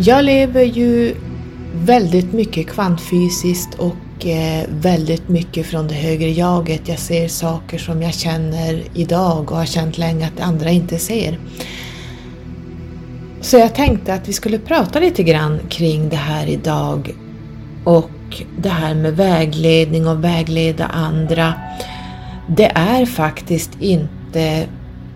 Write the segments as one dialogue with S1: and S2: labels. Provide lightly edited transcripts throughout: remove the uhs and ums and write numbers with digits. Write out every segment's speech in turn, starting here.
S1: Jag lever ju väldigt mycket kvantfysiskt och väldigt mycket från det högre jaget. Jag ser saker som jag känner idag och har känt länge att andra inte ser. Så jag tänkte att vi skulle prata lite grann kring det här idag. Och det här med vägledning och vägleda andra. Det är faktiskt inte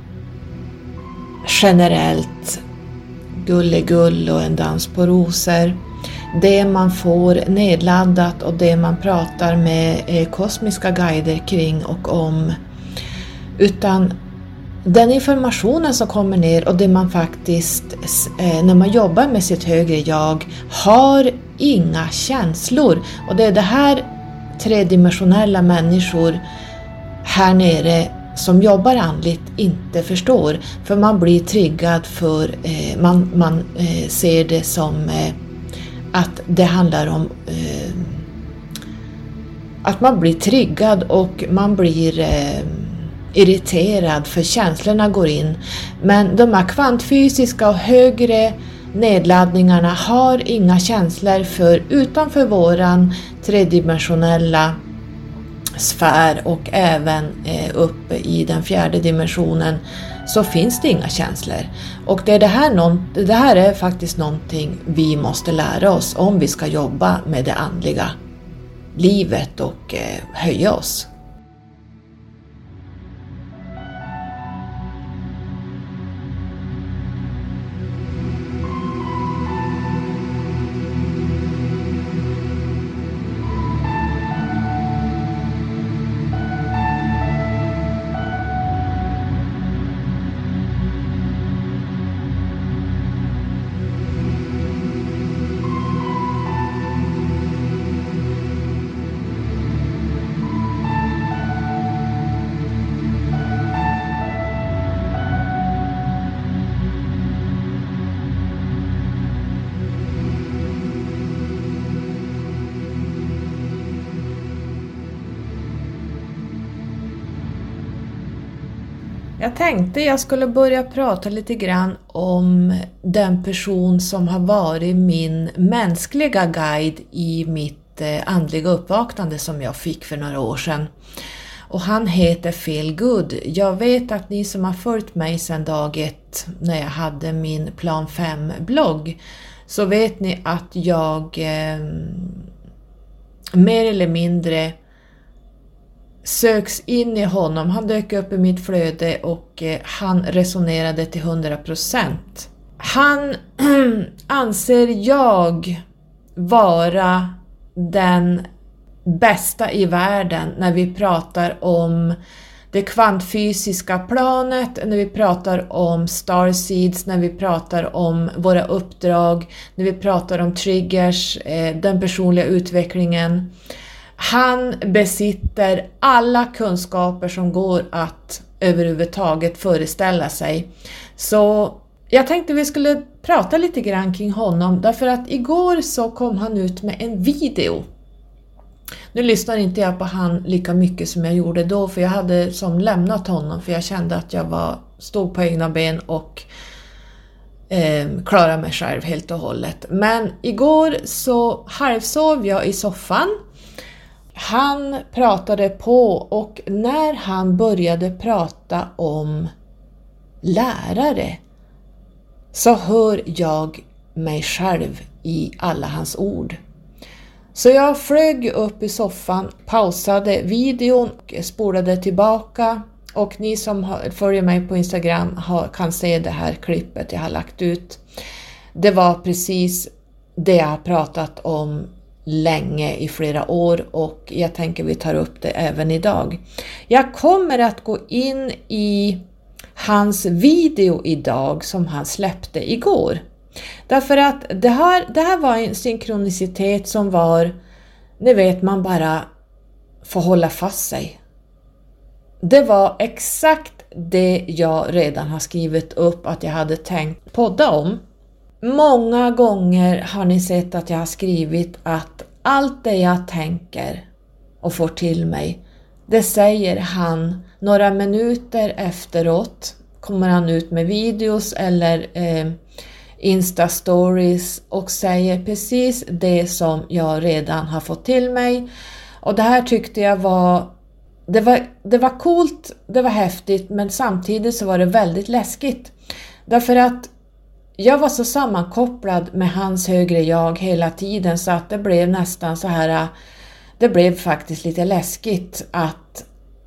S1: generellt gullegull och en dans på rosor. Det man får nedladdat och det man pratar med kosmiska guider kring och om. Utan den informationen som kommer ner och det man faktiskt, när man jobbar med sitt högre jag, har inga känslor. Och det är det här tredimensionella människor här nere som jobbar andligt inte förstår. För man blir triggad för, man ser det som att det handlar om att man blir triggad och man blir irriterad för känslorna går in. Men de här kvantfysiska och högre nedladdningarna har inga känslor för utanför våran tredimensionella sfär och även uppe i den fjärde dimensionen så finns det inga känslor. Och det här är faktiskt någonting vi måste lära oss om vi ska jobba med det andliga livet och höja oss. Jag tänkte jag skulle börja prata lite grann om den person som har varit min mänskliga guide i mitt andliga uppvaknande som jag fick för några år sedan. Och han heter Feel Good. Jag vet att ni som har följt mig sedan dag 1 när jag hade min Plan 5-blogg så vet ni att jag mer eller mindre söks in i honom. Han dök upp i mitt flöde och han resonerade till 100%. Han anser jag vara den bästa i världen när vi pratar om det kvantfysiska planet, när vi pratar om starseeds, när vi pratar om våra uppdrag, när vi pratar om triggers, den personliga utvecklingen. Han besitter alla kunskaper som går att överhuvudtaget föreställa sig. Så jag tänkte vi skulle prata lite grann kring honom. Därför att igår så kom han ut med en video. Nu lyssnar inte jag på han lika mycket som jag gjorde då. För jag hade som lämnat honom. För jag kände att jag stod på egna ben och klarade mig själv helt och hållet. Men igår så halvsov jag i soffan. Han pratade på och när han började prata om lärare så hör jag mig själv i alla hans ord. Så jag flög upp i soffan, pausade videon och spolade tillbaka. Och ni som följer mig på Instagram kan se det här klippet jag har lagt ut. Det var precis det jag har pratat om länge i flera år och jag tänker vi tar upp det även idag. Jag kommer att gå in i hans video idag som han släppte igår. Därför att det här var en synkronicitet som var, ni vet man bara får hålla fast sig. Det var exakt det jag redan har skrivit upp att jag hade tänkt podda om. Många gånger har ni sett att jag har skrivit att allt det jag tänker och får till mig, det säger han några minuter efteråt. Kommer han ut med videos eller Insta-stories och säger precis det som jag redan har fått till mig. Och det här tyckte jag det var coolt, det var häftigt, men samtidigt så var det väldigt läskigt. Därför att jag var så sammankopplad med hans högre jag hela tiden så att det blev nästan så här, det blev faktiskt lite läskigt att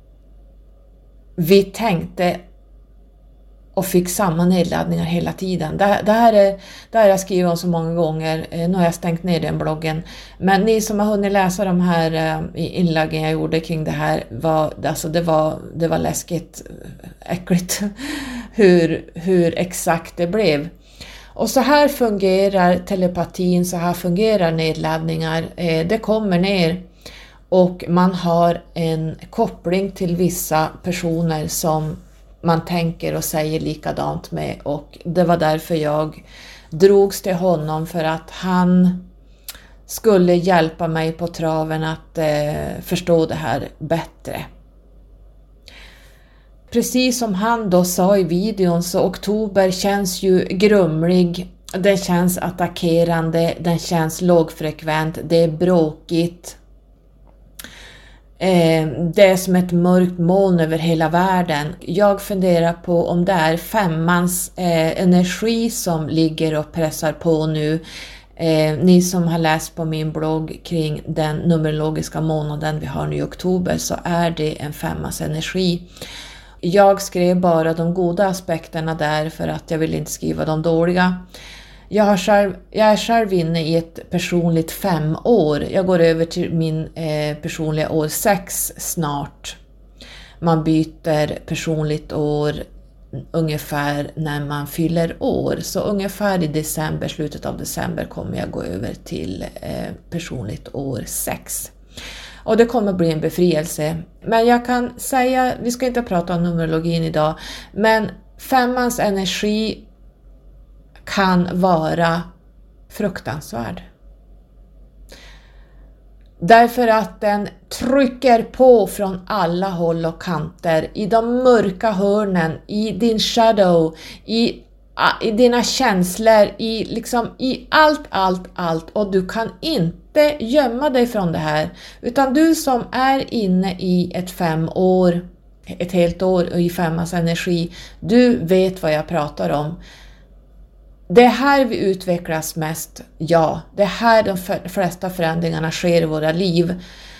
S1: vi tänkte och fick samma nedladdningar hela tiden. Det här har jag skrivit om så många gånger. Nu har jag stängt ner den bloggen. Men ni som har hunnit läsa de här inläggen jag gjorde kring det här, det var läskigt, äckligt hur exakt det blev. Och så här fungerar telepatin, så här fungerar nedladdningar. Det kommer ner och man har en koppling till vissa personer som man tänker och säger likadant med, och det var därför jag drogs till honom, för att han skulle hjälpa mig på traven att förstå det här bättre. Precis som han då sa i videon, så oktober känns ju grumlig, den känns attackerande, den känns lågfrekvent, det är bråkigt. Det är som ett mörkt moln över hela världen. Jag funderar på om det är 5:ans energi som ligger och pressar på nu. Ni som har läst på min blogg kring den numerologiska månaden vi har nu i oktober, så är det en 5:ans energi. Jag skrev bara de goda aspekterna där för att jag vill inte skriva de dåliga. Jag är själv inne i ett personligt 5 år. Jag går över till min personliga år 6 snart. Man byter personligt år ungefär när man fyller år. Så ungefär i december, slutet av december, kommer jag gå över till personligt år 6. Och det kommer bli en befrielse. Men jag kan säga, vi ska inte prata om numerologin idag, men 5:ans energi kan vara fruktansvärd. Därför att den trycker på från alla håll och kanter, i de mörka hörnen, i din shadow, i dina känslor, i allt, och du kan inte gömma dig från det här, utan du som är inne i ett 5 år, ett helt år i 5:ans energi, du vet vad jag pratar om. Det är här vi utvecklas mest, ja. Det är här de flesta förändringarna sker i våra liv.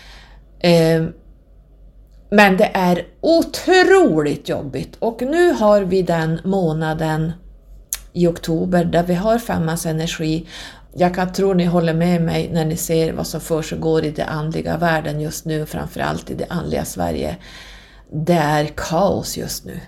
S1: Men det är otroligt jobbigt. Och nu har vi den månaden i oktober där vi har 5:ans energi. Jag kan tro ni håller med mig när ni ser vad som försiggår i det andliga världen just nu. Framförallt i det andliga Sverige. Det är kaos just nu.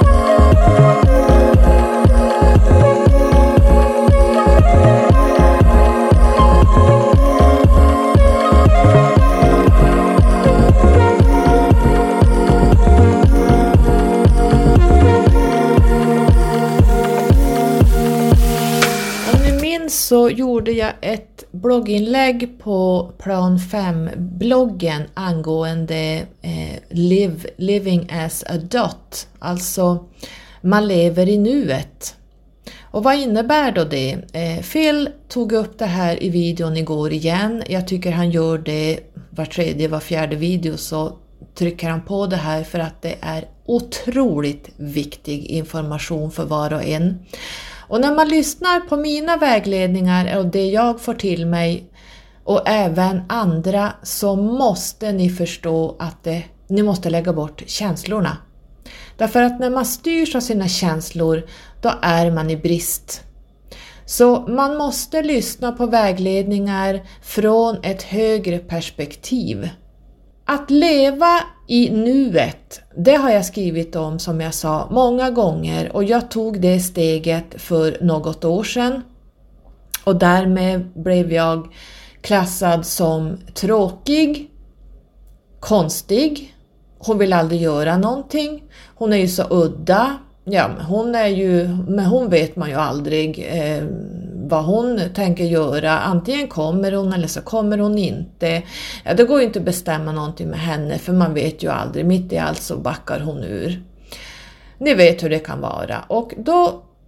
S1: Så gjorde jag ett blogginlägg på Plan 5-bloggen angående living as a dot, alltså man lever i nuet. Och vad innebär då det? Phil tog upp det här i videon igår igen. Jag tycker han gör det var fjärde video, så trycker han på det här för att det är otroligt viktig information för var och en. Och när man lyssnar på mina vägledningar och det jag får till mig och även andra, så måste ni förstå att ni måste lägga bort känslorna. Därför att när man styrs av sina känslor, då är man i brist. Så man måste lyssna på vägledningar från ett högre perspektiv. Att leva i nuet, det har jag skrivit om, som jag sa, många gånger, och jag tog det steget för något år sedan. Och därmed blev jag klassad som tråkig, konstig. Hon vill aldrig göra någonting. Hon är ju så udda. Ja, men hon vet man ju aldrig vad hon tänker göra. Antingen kommer hon eller så kommer hon inte. Ja, det går ju inte att bestämma någonting med henne, för man vet ju aldrig. Mitt i allt så backar hon ur. Ni vet hur det kan vara. Och då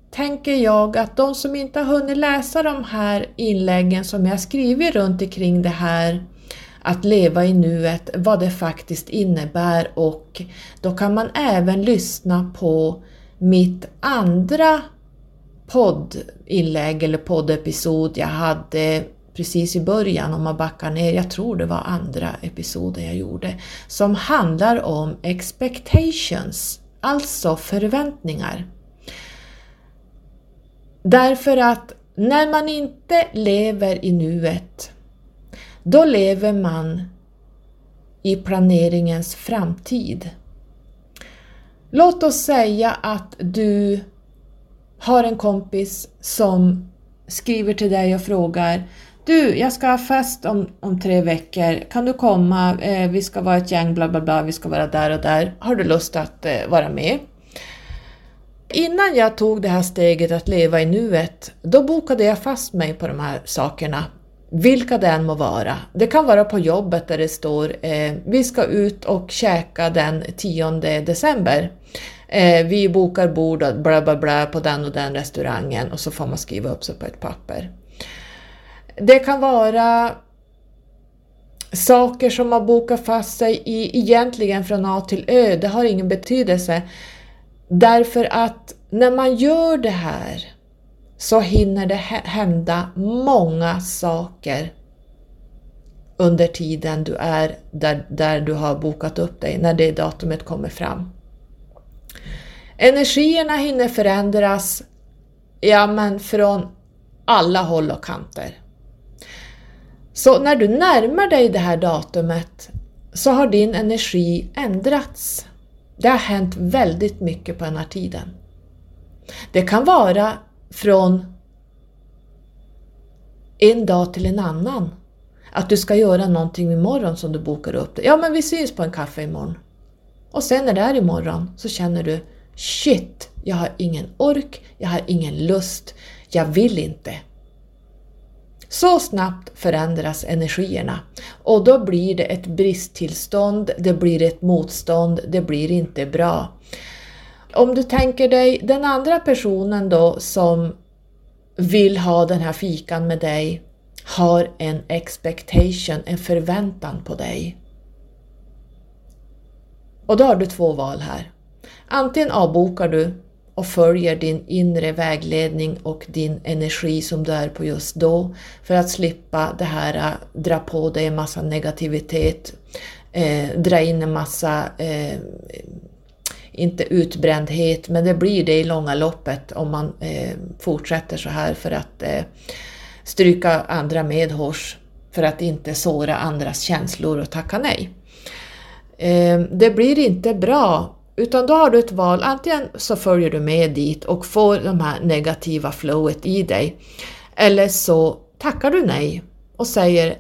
S1: tänker jag att de som inte har hunnit läsa de här inläggen som jag skrivit runt omkring det här att leva i nuet, vad det faktiskt innebär, och då kan man även lyssna på mitt andra poddinlägg eller poddepisod jag hade precis i början, om man backar ner, jag tror det var andra episoden jag gjorde, som handlar om expectations, alltså förväntningar. Därför att när man inte lever i nuet, då lever man i planeringens framtid. Låt oss säga att du har en kompis som skriver till dig och frågar: du, jag ska ha fest om 3 veckor, kan du komma? Vi ska vara ett gäng, bla bla bla, vi ska vara där och där. Har du lust att vara med? Innan jag tog det här steget att leva i nuet, då bokade jag fast mig på de här sakerna. Vilka det än må vara. Det kan vara på jobbet där det står vi ska ut och käka den 10 december. Vi bokar bord och bla bla bla på den och den restaurangen, och så får man skriva upp sig på ett papper. Det kan vara saker som man bokar fast sig i egentligen från A till Ö. Det har ingen betydelse. Därför att när man gör det här så hinner det hända många saker under tiden du är där du har bokat upp dig, när det datumet kommer fram. Energierna hinner förändras, men från alla håll och kanter. Så när du närmar dig det här datumet så har din energi ändrats. Det har hänt väldigt mycket på den här tiden. Det kan vara från en dag till en annan. Att du ska göra någonting imorgon som du bokar upp det. Ja, men vi syns på en kaffe imorgon. Och sen när det är imorgon så känner du: shit, jag har ingen ork, jag har ingen lust, jag vill inte. Så snabbt förändras energierna. Och då blir det ett bristtillstånd, det blir ett motstånd, det blir inte bra. Om du tänker dig den andra personen då som vill ha den här fikan med dig, har en expectation, en förväntan på dig. Och då har du 2 val här. Antingen avbokar du och följer din inre vägledning och din energi som du är på just då, för att slippa det här dra på dig en massa negativitet, dra in en massa inte utbrändhet, men det blir det i långa loppet om man fortsätter så här, för att stryka andra medhårs, för att inte såra andras känslor och tacka nej. Det blir inte bra, utan då har du ett val. Antingen så följer du med dit och får de här negativa flowet i dig, eller så tackar du nej och säger: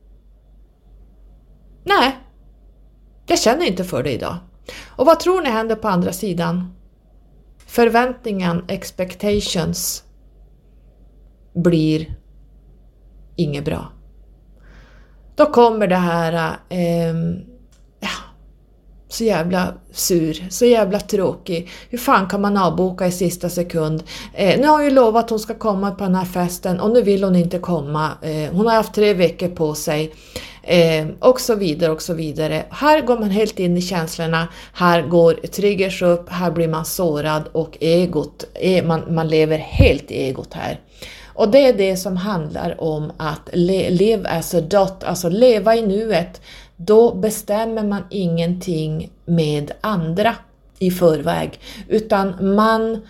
S1: nej, jag känner inte för det idag. Och vad tror ni händer på andra sidan? Förväntningen, expectations, blir inget bra. Då kommer det här så jävla sur, så jävla tråkig. Hur fan kan man avboka i sista sekund? Nu har hon ju lovat att hon ska komma på den här festen och nu vill hon inte komma. Hon har haft 3 veckor på sig. Och så vidare och så vidare. Här går man helt in i känslorna. Här går triggers upp. Här blir man sårad och egot. Man lever helt i egot här. Och det är det som handlar om att live as a dot, alltså leva i nuet. Då bestämmer man ingenting med andra i förväg, utan man,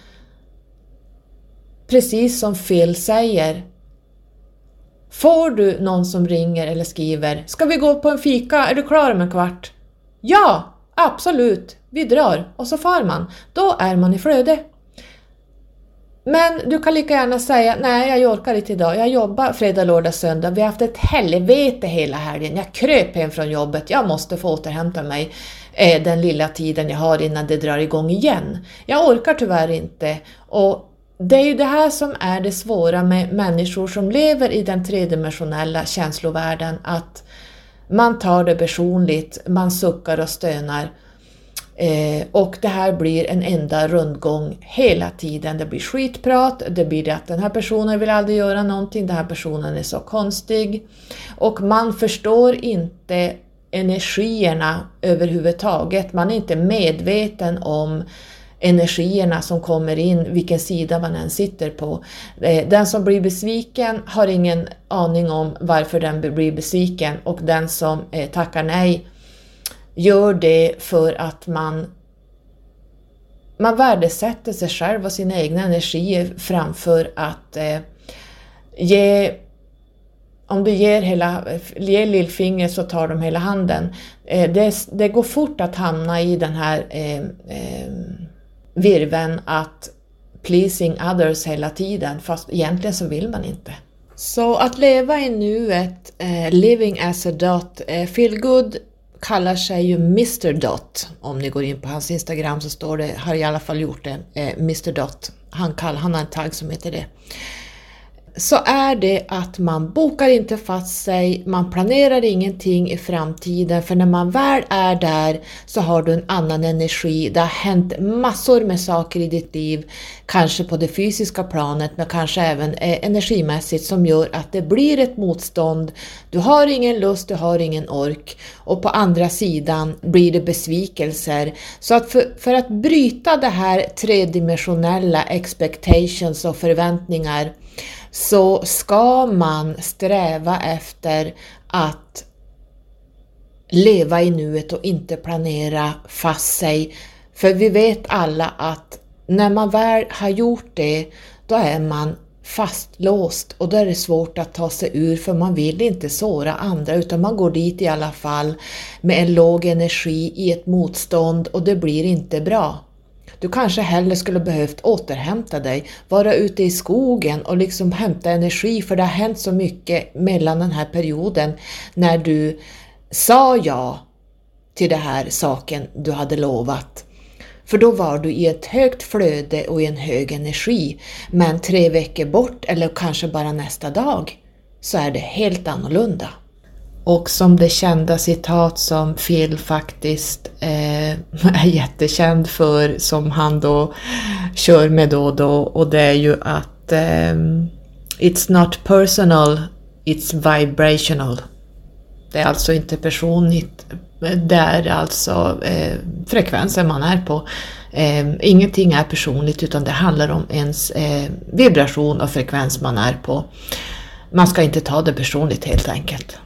S1: precis som Phil säger, får du någon som ringer eller skriver: ska vi gå på en fika, är du klar om en kvart? Ja, absolut, vi drar. Och så far man. Då är man i flöde. Men du kan lika gärna säga: nej, jag orkar inte idag. Jag jobbar fredag, lördag, söndag. Vi har haft ett helvete hela helgen. Jag kröp hem från jobbet. Jag måste få återhämta mig den lilla tiden jag har innan det drar igång igen. Jag orkar tyvärr inte. Och det är ju det här som är det svåra med människor som lever i den tredimensionella känslovärlden. Att man tar det personligt. Man suckar och stönar. Och det här blir en enda rundgång hela tiden. Det blir skitprat, det blir det att den här personen vill aldrig göra någonting, den här personen är så konstig. Och man förstår inte energierna överhuvudtaget. Man är inte medveten om energierna som kommer in, vilken sida man än sitter på. Den som blir besviken har ingen aning om varför den blir besviken, och den som tackar nej gör det för att man värdesätter sig själv och sina egna energier framför att om du ger lillfingret så tar de hela handen. Det går fort att hamna i den här virven att pleasing others hela tiden, fast egentligen så vill man inte. Så att leva i nuet, living as a dot, feel good kallar sig ju Mr. Dot. Om ni går in på hans Instagram så står det, har i alla fall gjort det, Mr. Dot. Han har en tagg som heter det. Så är det att man bokar inte fast sig, man planerar ingenting i framtiden, för när man väl är där så har du en annan energi. Det har hänt massor med saker i ditt liv, kanske på det fysiska planet men kanske även energimässigt, som gör att det blir ett motstånd. Du har ingen lust, du har ingen ork, och på andra sidan blir det besvikelser. Så att för att bryta det här tredimensionella expectations och förväntningar, så ska man sträva efter att leva i nuet och inte planera fast sig. För vi vet alla att när man väl har gjort det, då är man fastlåst och då är det svårt att ta sig ur, för man vill inte såra andra, utan man går dit i alla fall med en låg energi i ett motstånd, och det blir inte bra. Du kanske hellre skulle behövt återhämta dig, vara ute i skogen och liksom hämta energi, för det har hänt så mycket mellan den här perioden när du sa ja till det här saken du hade lovat. För då var du i ett högt flöde och i en hög energi, men 3 veckor bort eller kanske bara nästa dag så är det helt annorlunda. Och som det kända citat som Phil faktiskt är jättekänd för, som han då kör med då och då, och det är ju att it's not personal, it's vibrational. Det är alltså inte personligt, det är alltså frekvensen man är på. Ingenting är personligt, utan det handlar om ens vibration och frekvens man är på. Man ska inte ta det personligt helt enkelt.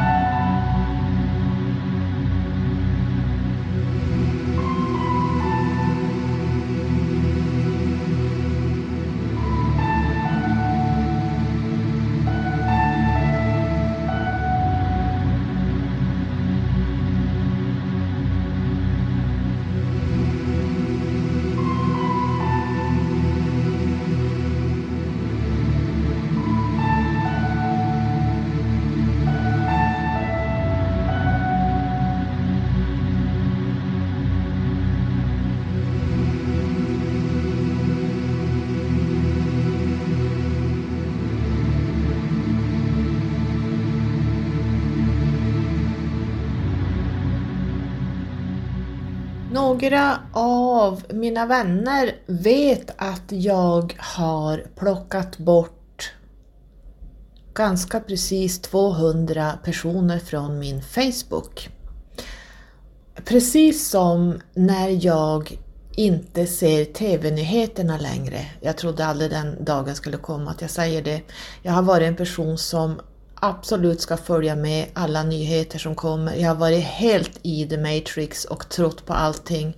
S1: Några av mina vänner vet att jag har plockat bort ganska precis 200 personer från min Facebook. Precis som när jag inte ser tv-nyheterna längre. Jag trodde aldrig den dagen skulle komma att jag säger det. Jag har varit en person som absolut ska följa med alla nyheter som kommer. Jag har varit helt i the matrix och trott på allting.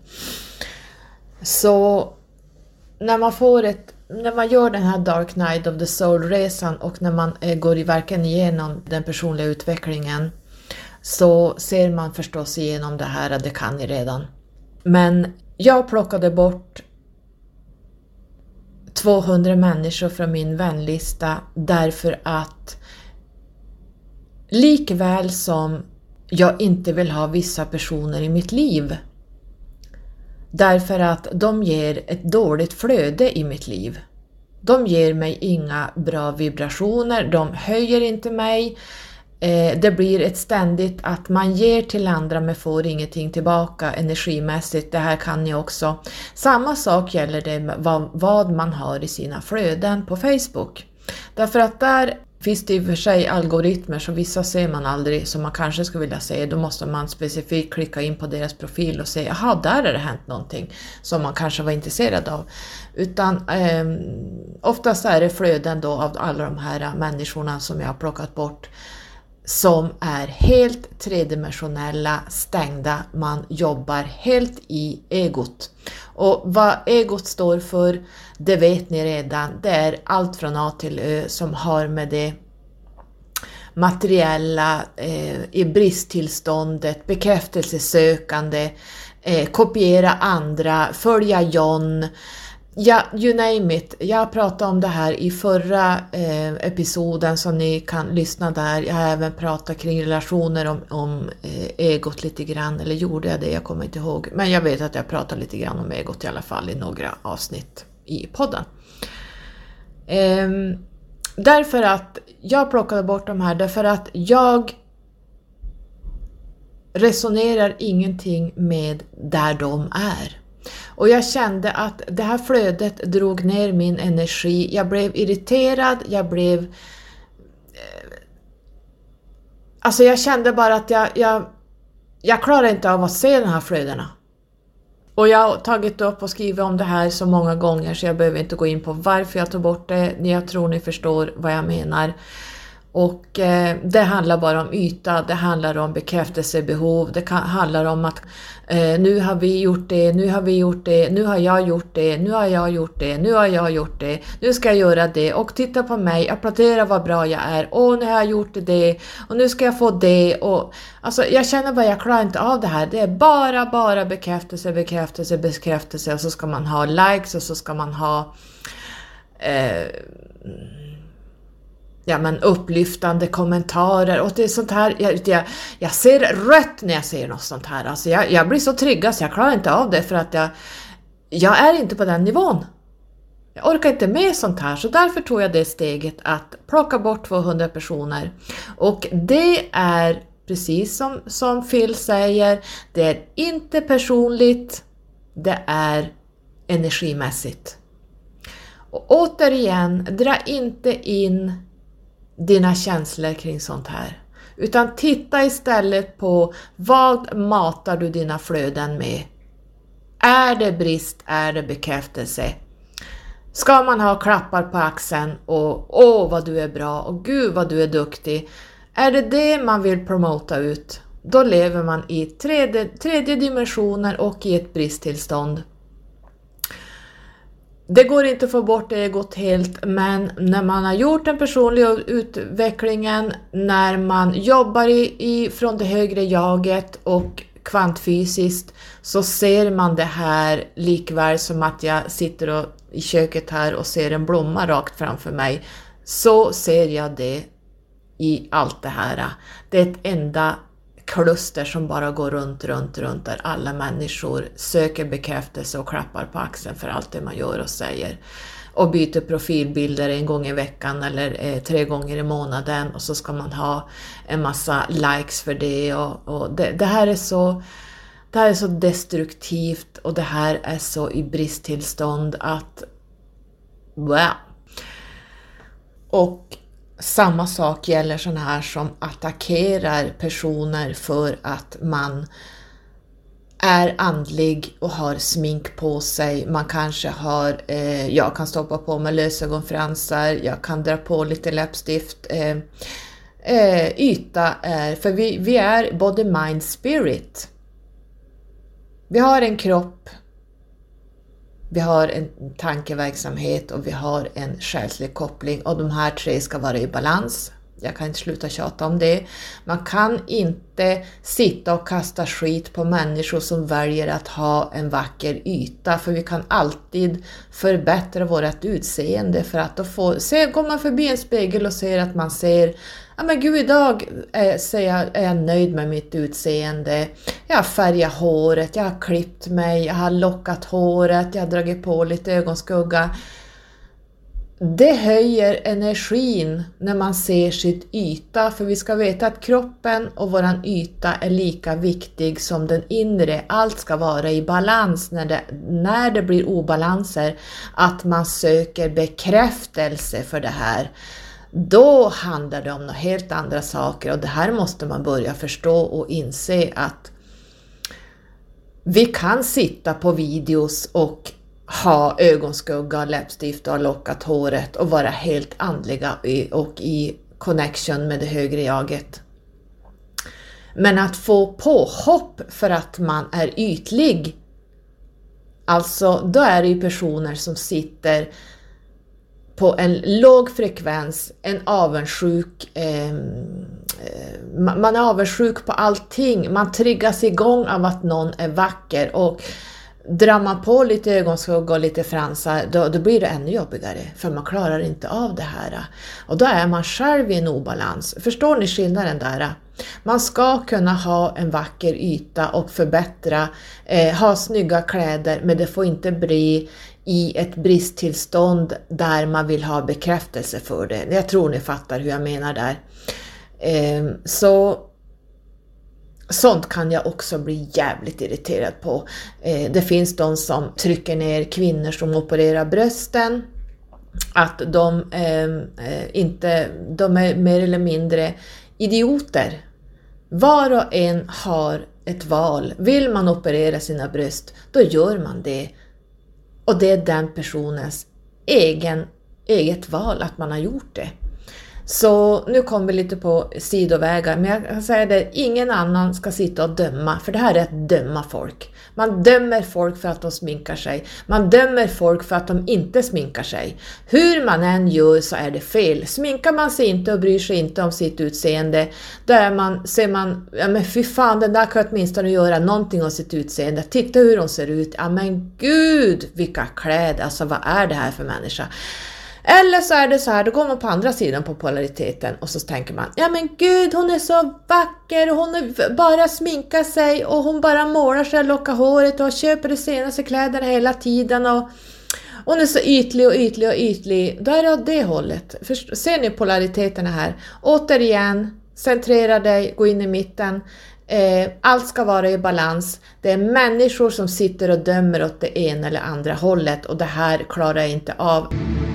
S1: Så när man gör den här Dark Night of the Soul-resan och när man går i verken igenom den personliga utvecklingen, så ser man förstås igenom det här, att det kan ni redan. Men jag plockade bort 200 människor från min vänlista därför att likväl som jag inte vill ha vissa personer i mitt liv, därför att de ger ett dåligt flöde i mitt liv. De ger mig inga bra vibrationer, de höjer inte mig. Det blir ett ständigt att man ger till andra men får ingenting tillbaka energimässigt. Det här kan ni också. Samma sak gäller det vad man har i sina flöden på Facebook. Därför att där finns det i och för sig algoritmer så vissa ser man aldrig som man kanske skulle vilja se. Då måste man specifikt klicka in på deras profil och se, jaha, där har det hänt någonting som man kanske var intresserad av. Utan oftast är det flöden då av alla de här människorna som jag har plockat bort som är helt tredimensionella, stängda. Man jobbar helt i egot. Och vad egot står för, det vet ni redan. Det är allt från A till Ö som har med det materiella, i bristtillståndet, bekräftelsesökande, kopiera andra, följa John. Ja, you name it. Jag pratade om det här i förra episoden så ni kan lyssna där. Jag har även pratat kring relationer om egot lite grann. Eller gjorde jag det? Jag kommer inte ihåg. Men jag vet att jag pratade lite grann om egot i alla fall i några avsnitt i podden. Därför att jag plockade bort de här. Därför att jag resonerar ingenting med där de är. Och jag kände att det här flödet drog ner min energi. Jag blev irriterad, jag kände bara att jag klarar inte av att se de här flödena. Och jag har tagit upp och skrivit om det här så många gånger så jag behöver inte gå in på varför jag tog bort det. Jag tror ni förstår vad jag menar. Och det handlar bara om yta, det handlar om bekräftelsebehov, det handlar om att nu har vi gjort det, nu har vi gjort det, nu har jag gjort det, nu har jag gjort det, nu har jag gjort det, nu ska jag göra det och titta på mig, applådera vad bra jag är, nu har jag gjort det och nu ska jag få det och alltså jag känner bara jag klarar inte av det här, det är bara bekräftelse och så ska man ha likes och så ska man ha upplyftande kommentarer och det är sånt här, jag ser rött när jag ser något sånt här, alltså jag blir så triggad så jag klarar inte av det för att jag är inte på den nivån. Jag orkar inte med sånt här så därför tog jag det steget att plocka bort 200 personer och det är precis som Phil säger, det är inte personligt, det är energimässigt. Och återigen, dra inte in dina känslor kring sånt här. Utan titta istället på vad matar du dina flöden med. Är det brist? Är det bekräftelse? Ska man ha klappar på axeln och vad du är bra och gud vad du är duktig. Är det man vill promota ut? Då lever man i tredje dimensioner och i ett bristtillstånd. Det går inte att få bort egot helt, men när man har gjort den personliga utvecklingen, när man jobbar från det högre jaget och kvantfysiskt så ser man det här likväl som att jag sitter i köket här och ser en blomma rakt framför mig. Så ser jag det i allt det här. Det är ett enda kluster som bara går runt där alla människor söker bekräftelse och klappar på axeln för allt det man gör och säger. Och byter profilbilder en gång i veckan eller 3 gånger i månaden och så ska man ha en massa likes för det. Och det här är så destruktivt och det här är så i bristtillstånd att wow. Och samma sak gäller sådana här som attackerar personer för att man är andlig och har smink på sig. Man kanske har, jag kan stoppa på med lösögonfransar, jag kan dra på lite läppstift. Yta är, för vi är både mind spirit. Vi har en kropp. Vi har en tankeverksamhet och vi har en själslig koppling och de här 3 ska vara i balans. Jag kan inte sluta tjata om det. Man kan inte sitta och kasta skit på människor som väljer att ha en vacker yta. För vi kan alltid förbättra vårt utseende. För att går man förbi en spegel och ser att man ser, ja men gud, idag är jag nöjd med mitt utseende. Jag har färgat håret, jag har klippt mig, jag har lockat håret, jag har dragit på lite ögonskugga. det höjer energin när man ser sitt yta, för vi ska veta att kroppen och våran yta är lika viktig som den inre. Allt ska vara i balans. När det blir obalanser, att man söker bekräftelse för det här, då handlar det om några helt andra saker, och det här måste man börja förstå och inse att vi kan sitta på videos och ha ögonskugga, läppstift och lockat håret och vara helt andliga och i connection med det högre jaget. Men att få påhopp för att man är ytlig, alltså då är det ju personer som sitter på en låg frekvens, en avundsjuk, man är avundsjuk på allting, man triggas igång av att någon är vacker, och drar man på lite ögonskugga och lite fransar, då blir det ännu jobbigare, för man klarar inte av det här. Och då är man själv i en obalans. Förstår ni skillnaden där? Man ska kunna ha en vacker yta och förbättra, ha snygga kläder, men det får inte bli i ett bristtillstånd där man vill ha bekräftelse för det. Jag tror ni fattar hur jag menar där. Sånt kan jag också bli jävligt irriterad på. Det finns de som trycker ner kvinnor som opererar brösten. Att de är mer eller mindre idioter. Var och en har ett val. Vill man operera sina bröst, då gör man det. Och det är den personens eget val att man har gjort det. Så nu kommer vi lite på sidovägar, men jag kan säga det, ingen annan ska sitta och döma, för det här är att döma folk. Man dömer folk för att de sminkar sig, man dömer folk för att de inte sminkar sig. Hur man än gör så är det fel. Sminkar man sig inte och bryr sig inte om sitt utseende, där ser man, ja men fy fan, den där kan åtminstone göra någonting av sitt utseende. Titta hur hon ser ut, ja men gud vilka kläder, alltså vad är det här för människa? Eller så är det så här, då går man på andra sidan på polariteten och så tänker man, ja men gud hon är så vacker och hon bara sminkar sig och hon bara målar sig och lockar håret och köper de senaste kläderna hela tiden och hon är så ytlig. Då är det åt det hållet. Ser ni polariteterna här? Återigen, centrera dig, gå in i mitten. Allt ska vara i balans. Det är människor som sitter och dömer åt det ena eller andra hållet, och det här klarar jag inte av.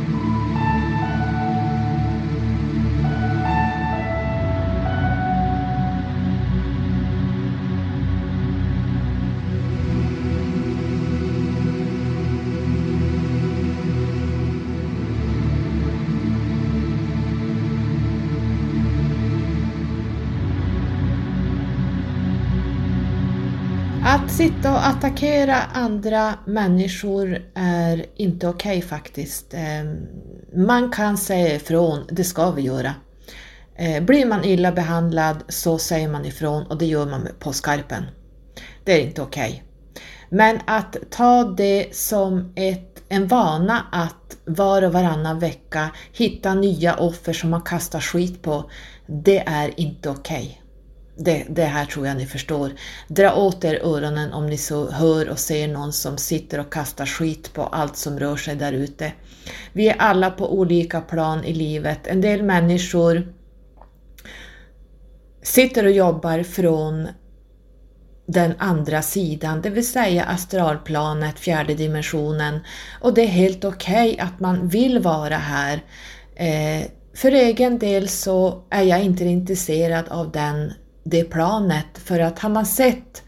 S1: Att sitta och attackera andra människor är inte okej faktiskt. Man kan säga ifrån, det ska vi göra. Blir man illa behandlad så säger man ifrån, och det gör man på skarpen. Det är inte okej. Men att ta det som en vana att var och varannan vecka hitta nya offer som man kastar skit på, det är inte okej. Det här tror jag ni förstår. Dra åt er öronen om ni så hör och ser någon som sitter och kastar skit på allt som rör sig där ute. Vi är alla på olika plan i livet. En del människor sitter och jobbar från den andra sidan, det vill säga astralplanet, fjärde dimensionen. Och det är helt okej att man vill vara här. För egen del så är jag inte intresserad av det planet, för att har man sett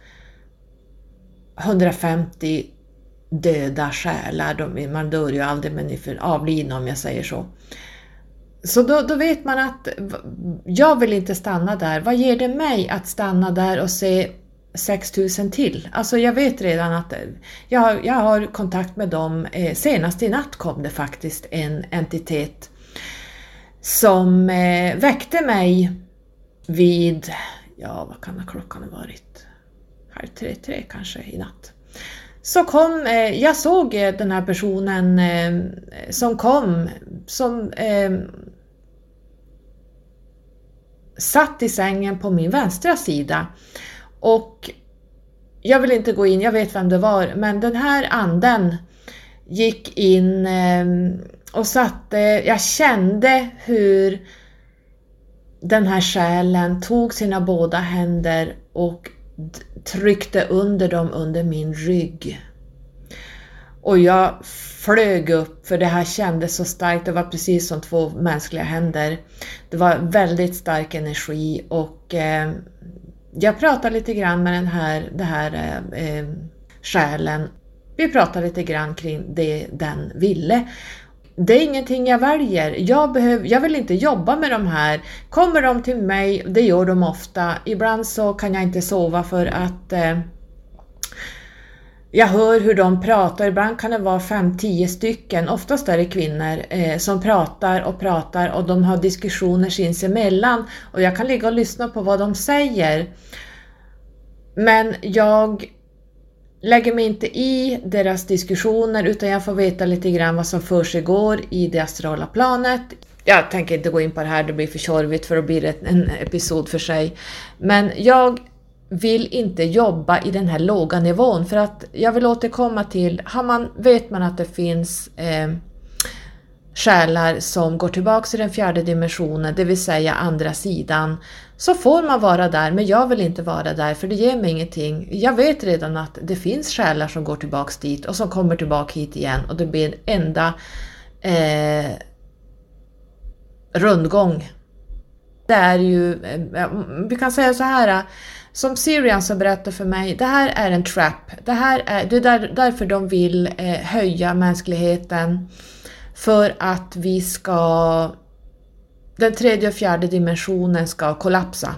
S1: 150 döda själar, man dör ju aldrig, men är avlidna om jag säger så. Så då vet man att jag vill inte stanna där. Vad ger det mig att stanna där och se 6000 till? Alltså jag vet redan att jag har kontakt med dem. Senast i natt kom det faktiskt en entitet som väckte mig vid, vad kan klockan ha varit? 2:30 kanske i natt. Så jag såg den här personen som kom, som satt i sängen på min vänstra sida. Och jag vill inte gå in, jag vet vem det var, men den här anden gick in och jag kände hur den här själen tog sina båda händer och tryckte under dem under min rygg. Och jag flög upp, för det här kändes så starkt. Det var precis som 2 mänskliga händer. Det var väldigt stark energi, och jag pratade lite grann med den här själen. Vi pratade lite grann kring det den ville. Det är ingenting jag väljer. Jag vill inte jobba med de här. Kommer de till mig, det gör de ofta. Ibland så kan jag inte sova för att jag hör hur de pratar. Ibland kan det vara 5-10 stycken. Oftast är det kvinnor som pratar och de har diskussioner sinsemellan. Och jag kan ligga och lyssna på vad de säger. Men jag lägger mig inte i deras diskussioner, utan jag får veta lite grann vad som försiggår i det astrala planet. Jag tänker inte gå in på det här, det blir för tjorvigt, för då blir det en episod för sig. Men jag vill inte jobba i den här låga nivån, för att jag vill återkomma till, vet man att det finns själar som går tillbaka till den 4:e dimensionen, det vill säga andra sidan, så får man vara där, men jag vill inte vara där, för det ger mig ingenting. Jag vet redan att det finns själar som går tillbaka dit och som kommer tillbaka hit igen, och det blir en enda rundgång. Det är ju, vi kan säga så här, som Sirian som berättar för mig, det här är en trap. Det är därför de vill höja mänskligheten, för att den 3:e och 4:e dimensionen ska kollapsa.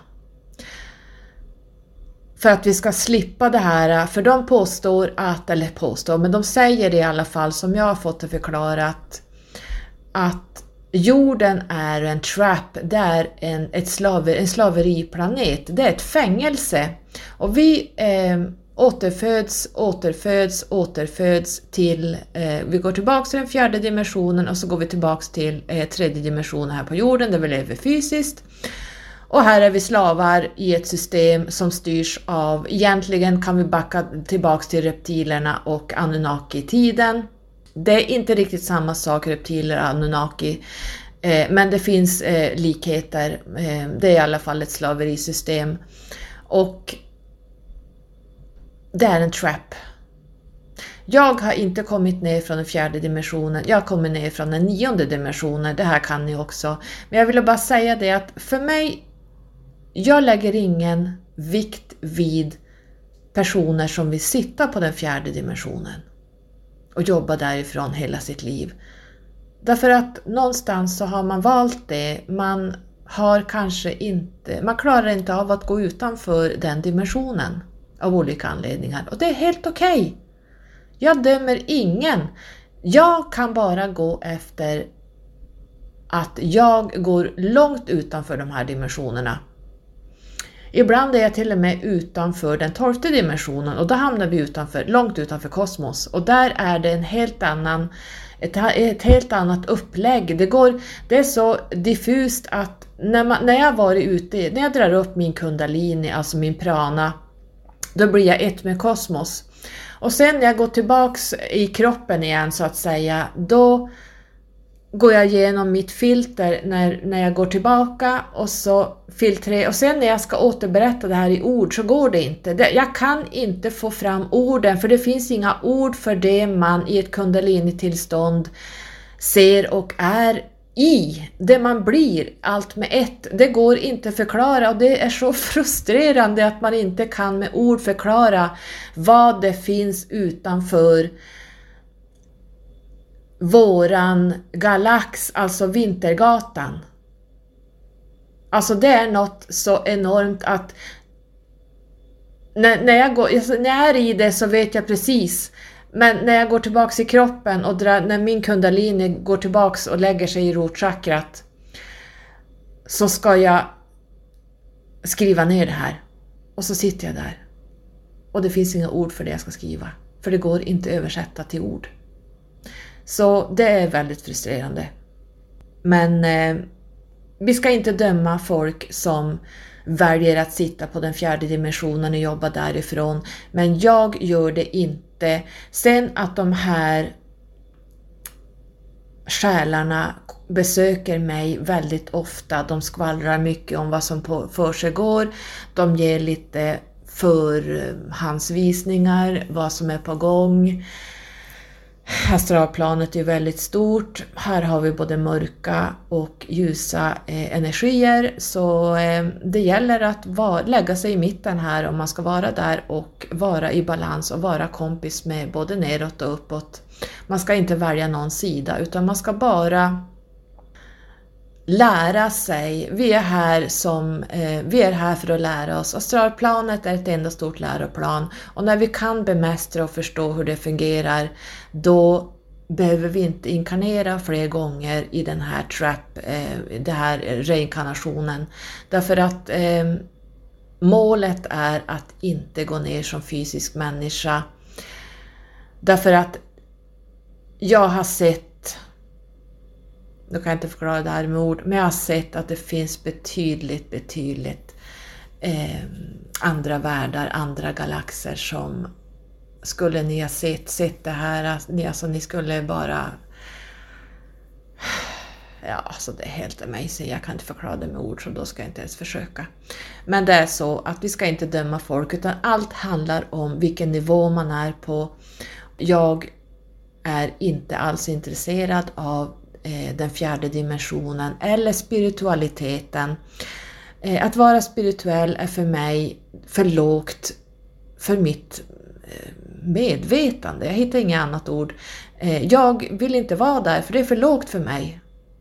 S1: För att vi ska slippa det här, för de men de säger det i alla fall, som jag har fått det förklarat, att jorden är en trap, det är en slaveriplanet, det är ett fängelse. Och vi återföds till, vi går tillbaka till den 4:e dimensionen, och så går vi tillbaka till 3:e dimensionen här på jorden där vi lever fysiskt. Och här är vi slavar i ett system som styrs av, egentligen kan vi backa tillbaka till reptilerna och Anunnaki-tiden. Det är inte riktigt samma sak, reptiler och Anunnaki, men det finns likheter. Det är i alla fall ett slaverisystem, och det är en trap. Jag har inte kommit ner från den 4:e dimensionen, jag kommer ner från den 9:e dimensionen, det här kan ni också. Men jag ville bara säga det att för mig, jag lägger ingen vikt vid personer som vill sitta på den 4:e dimensionen och jobba därifrån hela sitt liv. Därför att någonstans så har man valt det, man klarar inte av att gå utanför den dimensionen av olika anledningar, och det är helt okej. Jag dömer ingen. Jag kan bara gå efter att jag går långt utanför de här dimensionerna. Ibland är jag till och med utanför den 12:e dimensionen, och då hamnar vi långt utanför kosmos, och där är det ett helt annat upplägg. Det är så diffust att när jag varit ute, när jag drar upp min kundalini, alltså min prana, då blir jag ett med kosmos. Och sen när jag går tillbaks i kroppen igen, så att säga, då går jag igenom mitt filter när jag går tillbaka, och så filtrerar. Och sen när jag ska återberätta det här i ord, så går det inte. Jag kan inte få fram orden, för det finns inga ord för det man i ett kundalini-tillstånd ser och är i. Det man blir, allt med ett. Det går inte att förklara, och det är så frustrerande att man inte kan med ord förklara vad det finns utanför våran galax, alltså Vintergatan. Alltså det är något så enormt att när jag är i det, så vet jag precis. Men när jag går tillbaks i kroppen och när min kundalini går tillbaks och lägger sig i rotchakrat, så ska jag skriva ner det här. Och så sitter jag där. Och det finns inga ord för det jag ska skriva. För det går inte att översätta till ord. Så det är väldigt frustrerande. Men vi ska inte döma folk som väljer att sitta på den 4:e dimensionen och jobba därifrån. Men jag gör det inte. Sen att de här själarna besöker mig väldigt ofta. De skvallrar mycket om vad som försiggår. De ger lite förhandsvisningar, vad som är på gång. Astralplanet är väldigt stort. Här har vi både mörka och ljusa energier. Så det gäller att lägga sig i mitten här om man ska vara där och vara i balans och vara kompis med både neråt och uppåt. Man ska inte välja någon sida utan man ska bara lära sig. Vi är här för att lära oss. Astralplanet är ett enda stort läroplan och när vi kan bemästra och förstå hur det fungerar, då behöver vi inte inkarnera fler gånger i den här den här reinkarnationen. Därför att målet är att inte gå ner som fysisk människa. Därför att jag har sett, nu kan jag inte förklara det här med ord, men jag har sett att det finns betydligt andra världar, andra galaxer som skulle ni ha sett det här, alltså ni skulle bara, ja alltså det är helt amazing, jag kan inte förklara det med ord så då ska jag inte ens försöka. Men det är så att vi ska inte döma folk utan allt handlar om vilken nivå man är på. Jag är inte alls intresserad av den fjärde dimensionen eller spiritualiteten. Att vara spirituell är för mig för lågt för mitt medvetande. Jag hittar inget annat ord. Jag vill inte vara där för det är för lågt för mig.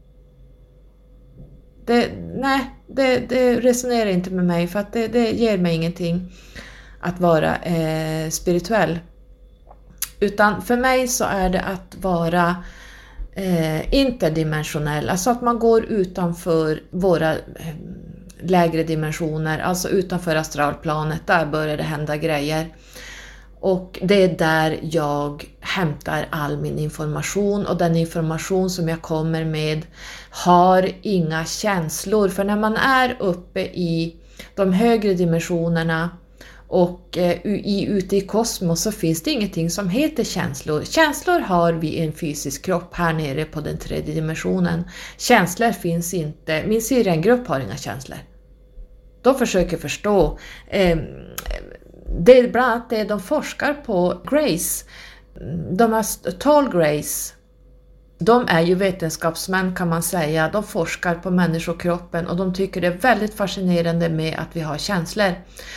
S1: Det resonerar inte med mig för att det ger mig ingenting att vara spirituell. Utan för mig så är det att vara interdimensionell, alltså att man går utanför våra lägre dimensioner, alltså utanför astralplanet, där börjar det hända grejer. Och det är där jag hämtar all min information och den information som jag kommer med har inga känslor. För när man är uppe i de högre dimensionerna och ute i kosmos så finns det ingenting som heter känslor. Känslor har vi i en fysisk kropp här nere på den tredje dimensionen. Känslor finns inte. Min sirengrupp har inga känslor. De försöker förstå. Det är bland annat det de forskar på Grace. De har Tall Grace. De är ju vetenskapsmän kan man säga. De forskar på människokroppen och de tycker det är väldigt fascinerande med att vi har känslor.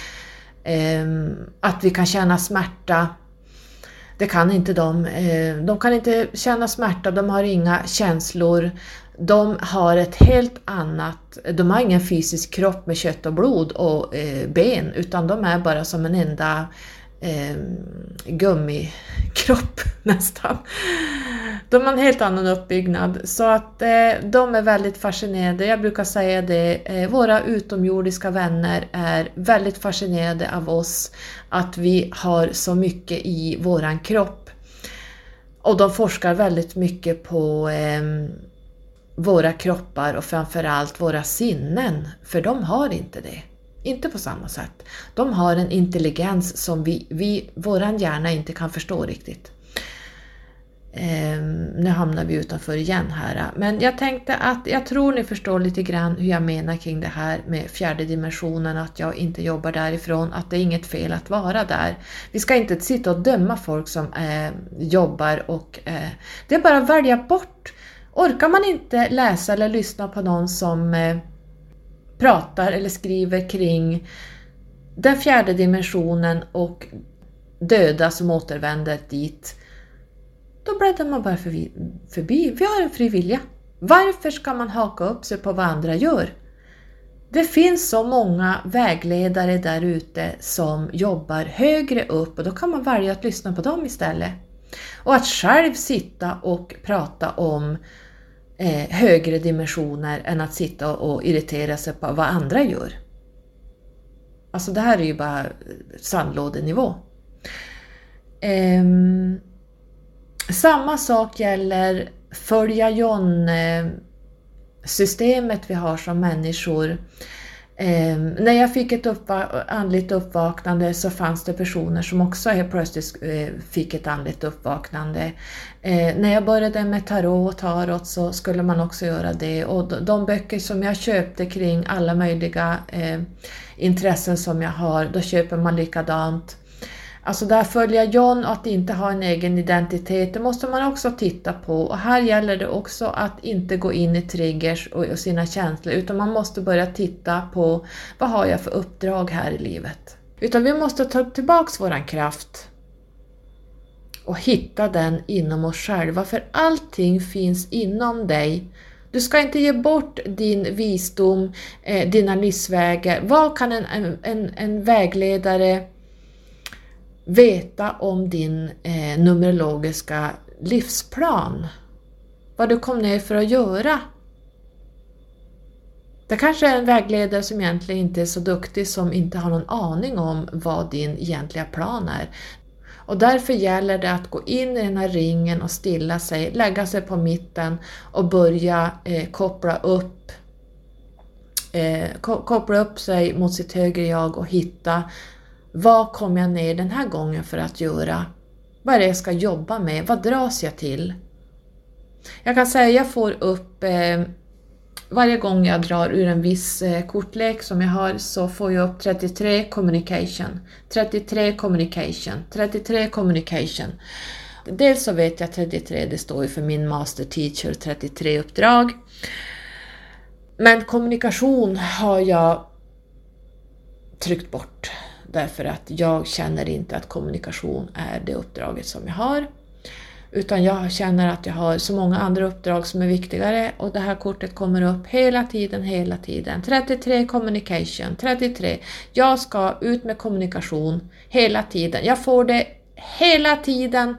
S1: Att vi kan känna smärta. Det kan inte de. De kan inte känna smärta. De har inga känslor. De har ett helt annat. De har ingen fysisk kropp med kött och blod och ben. Utan de är bara som en enda gummikropp nästan. De har en helt annan uppbyggnad. Så att de är väldigt fascinerade. Jag brukar säga det. Våra utomjordiska vänner är väldigt fascinerade av oss. Att vi har så mycket i våran kropp. Och de forskar väldigt mycket på våra kroppar och framförallt våra sinnen. För de har inte det. Inte på samma sätt. De har en intelligens som våran hjärna inte kan förstå riktigt. Nu hamnar vi utanför igen här. Men jag tänkte att jag tror ni förstår lite grann hur jag menar kring det här med fjärde dimensionen. Att jag inte jobbar därifrån. Att det är inget fel att vara där. Vi ska inte sitta och döma folk som jobbar. Och det är bara att välja bort. Orkar man inte läsa eller lyssna på någon som pratar eller skriver kring den fjärde dimensionen och döda som återvänder dit, då bläddrar man bara förbi. Vi har en fri vilja. Varför ska man haka upp sig på vad andra gör? Det finns så många vägledare där ute som jobbar högre upp och då kan man välja att lyssna på dem istället. Och att själv sitta och prata om högre dimensioner än att sitta och irritera sig på vad andra gör. Alltså det här är ju bara sandlådenivå. Samma sak gäller följa John-systemet vi har som människor. När jag fick ett andligt uppvaknande så fanns det personer som också helt plötsligt fick ett andligt uppvaknande. När jag började med tarot så skulle man också göra det, och de böcker som jag köpte kring alla möjliga intressen som jag har, då köper man likadant. Alltså där följer John, att inte ha en egen identitet, det måste man också titta på. Och här gäller det också att inte gå in i triggers och sina känslor, utan man måste börja titta på vad har jag för uppdrag här i livet. Utan vi måste ta tillbaks våran kraft och hitta den inom oss själva, för allting finns inom dig. Du ska inte ge bort din visdom, dina livsvägar. Vad kan en vägledare veta om din numerologiska livsplan? Vad du kom ner för att göra? Det kanske är en vägledare som egentligen inte är så duktig, som inte har någon aning om vad din egentliga plan är. Och därför gäller det att gå in i den här ringen och stilla sig, lägga sig på mitten och börja koppla upp sig mot sitt högre jag och hitta: vad kom jag ner den här gången för att göra? Vad är det jag ska jobba med? Vad dras jag till? Jag kan säga att jag får upp, varje gång jag drar ur en viss kortlek som jag har, så får jag upp 33 communication, 33 communication, 33 communication. Dels så vet jag att 33, det står ju för min master teacher, 33 uppdrag. Men kommunikation har jag tryckt bort. Därför att jag känner inte att kommunikation är det uppdraget som jag har. Utan jag känner att jag har så många andra uppdrag som är viktigare. Och det här kortet kommer upp hela tiden. 33 communication, 33. Jag ska ut med kommunikation hela tiden. Jag får det hela tiden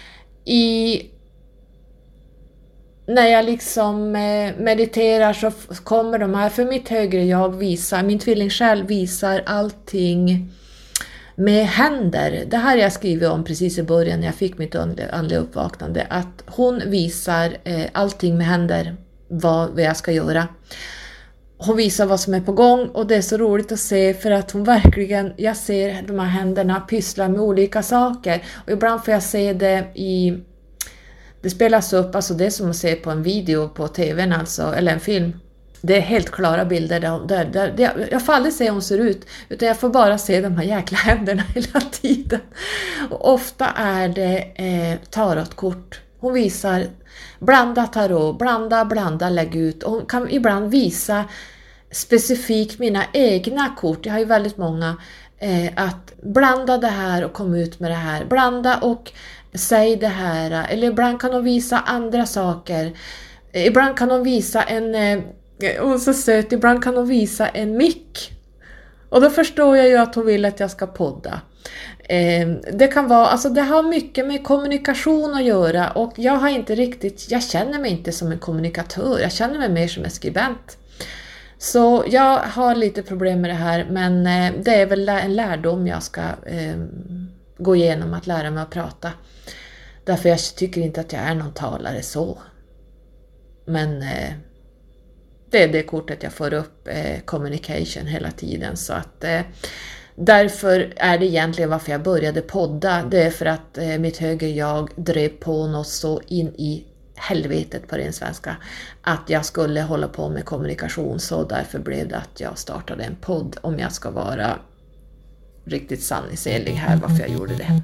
S1: när jag liksom mediterar, så kommer de här, för mitt högre jag visar, min tvilling själv visar allting med händer. Det här jag skrivit om precis i början när jag fick mitt andliga uppvaknande, att hon visar allting med händer, vad jag ska göra. Hon visar vad som är på gång, och det är så roligt att se, för att hon verkligen, jag ser de här händerna pyssla med olika saker, och ibland får jag se det det spelas upp, alltså det är som att se på en video på tvn alltså, eller en film. Det är helt klara bilder där jag får aldrig se hur hon ser ut, utan jag får bara se de här jäkla händerna hela tiden. Och ofta är det tarotkort. Hon visar, blanda tarot, blanda, lägg ut. Och hon kan ibland visa specifikt mina egna kort. Jag har ju väldigt många. Att blanda det här och komma ut med det här. Blanda och säg det här. Eller ibland kan hon visa andra saker. Ibland kan hon visa ibland kan hon visa en mick. Och då förstår jag ju att hon vill att jag ska podda. Det kan vara, alltså det har mycket med kommunikation att göra, och jag känner mig inte som en kommunikatör, jag känner mig mer som en skribent. Så jag har lite problem med det här, men det är väl en lärdom jag ska gå igenom, att lära mig att prata. Därför jag tycker inte att jag är någon talare så. Men det är det kortet jag får upp, communication hela tiden. Så att därför är det egentligen varför jag började podda. Det är för att mitt högre jag drev på något så in i helvetet på ren svenska, att jag skulle hålla på med kommunikation. Så därför blev det att jag startade en podd, om jag ska vara riktigt sanningsenlig här varför jag gjorde det.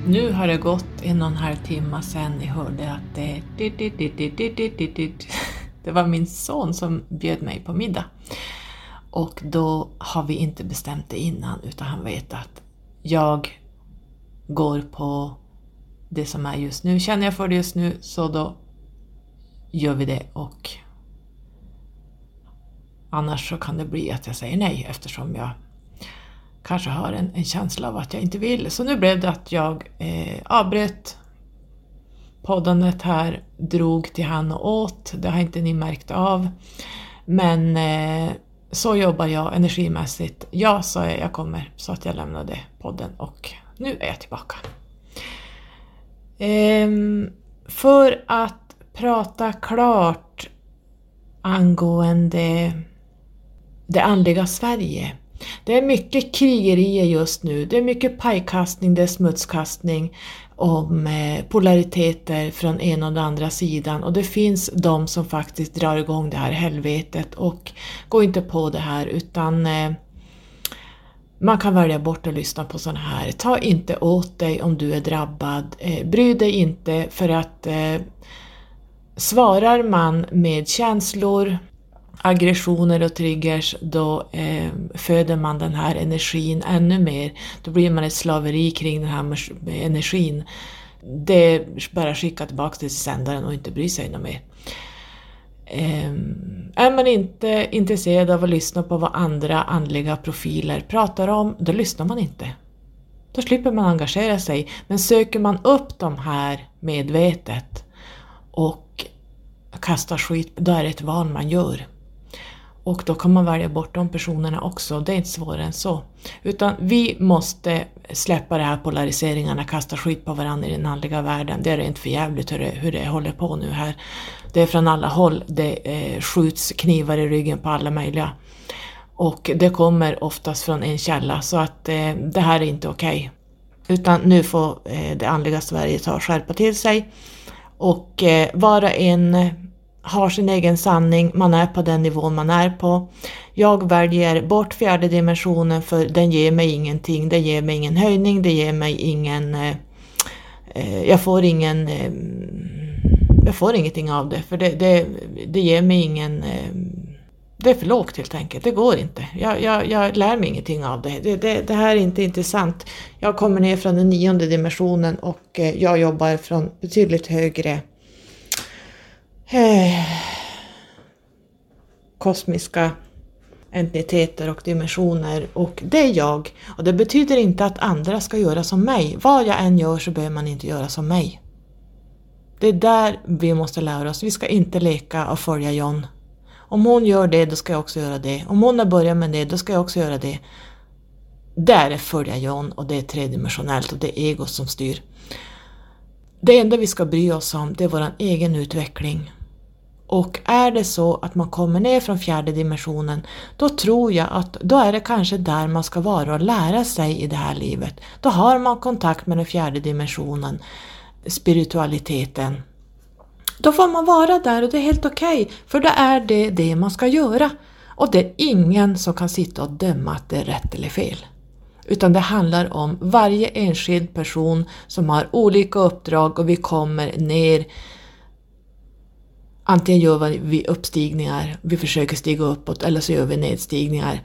S1: Nu har det gått 1,5 timme sedan ni hörde att det var min son som bjöd mig på middag. Och då har vi inte bestämt det innan, utan han vet att jag går på det som är just nu. Känner jag för det just nu, så då gör vi det, och annars så kan det bli att jag säger nej, eftersom jag kanske har en känsla av att jag inte vill. Så nu blev det att jag avbröt poddandet här, drog till han och åt. Det har inte ni märkt av. Men så jobbar jag energimässigt. Ja, sa jag kommer, så att jag lämnade podden, och nu är jag tillbaka. För att prata klart angående det andliga Sverige. Det är mycket krigerier just nu. Det är mycket pajkastning, det är smutskastning om polariteter från en och den andra sidan. Och det finns de som faktiskt drar igång det här helvetet, och gå inte på det här, utan man kan välja bort att lyssna på sådana här. Ta inte åt dig om du är drabbad. Bry dig inte, för att svarar man med känslor, aggressioner och triggers, då föder man den här energin ännu mer. Då blir man ett slaveri kring den här energin. Det är bara att skicka tillbaka till sändaren och inte bry sig något mer. Är man inte intresserad av att lyssna på vad andra andliga profiler pratar om, då lyssnar man inte. Då slipper man engagera sig. Men söker man upp de här medvetet och kastar skit, då är det ett val man gör. Och då kan man välja bort de personerna också. Det är inte svårare än så. Utan vi måste släppa det här polariseringarna, kasta skit på varandra i den andliga världen. Det är inte för jävligt hur det håller på nu här. Det är från alla håll. Det skjuts knivar i ryggen på alla möjliga. Och det kommer oftast från en källa. Så att det här är inte okej. Utan nu får det andliga Sverige ta och skärpa till sig. Och vara en har sin egen sanning, man är på den nivån man är på. Jag väljer bort 4:e dimensionen, för den ger mig ingenting, det ger mig ingen höjning, det ger mig ingen, jag får ingenting av det, för det ger mig ingen, det är för lågt helt enkelt, det går inte. Jag lär mig ingenting av det. Det här är inte intressant. Jag kommer ner från den 9:e dimensionen, och jag jobbar från betydligt högre kosmiska entiteter och dimensioner, och det är jag. Och det betyder inte att andra ska göra som mig. Vad jag än gör så behöver man inte göra som mig. Det är där vi måste lära oss. Vi ska inte leka och följa John. Om hon gör det, då ska jag också göra det. Om hon har börjat med det, då ska jag också göra det. Där är följa John, och det är tredimensionellt, och det är ego som styr. Det enda vi ska bry oss om, det är vår egen utveckling. Och är det så att man kommer ner från 4:e dimensionen, då tror jag att då är det kanske där man ska vara och lära sig i det här livet. Då har man kontakt med den 4:e dimensionen, spiritualiteten. Då får man vara där, och det är helt okej, för då är det man ska göra. Och det är ingen som kan sitta och döma att det är rätt eller fel. Utan det handlar om varje enskild person som har olika uppdrag, och vi kommer ner. Antingen gör vi uppstigningar, vi försöker stiga uppåt, eller så gör vi nedstigningar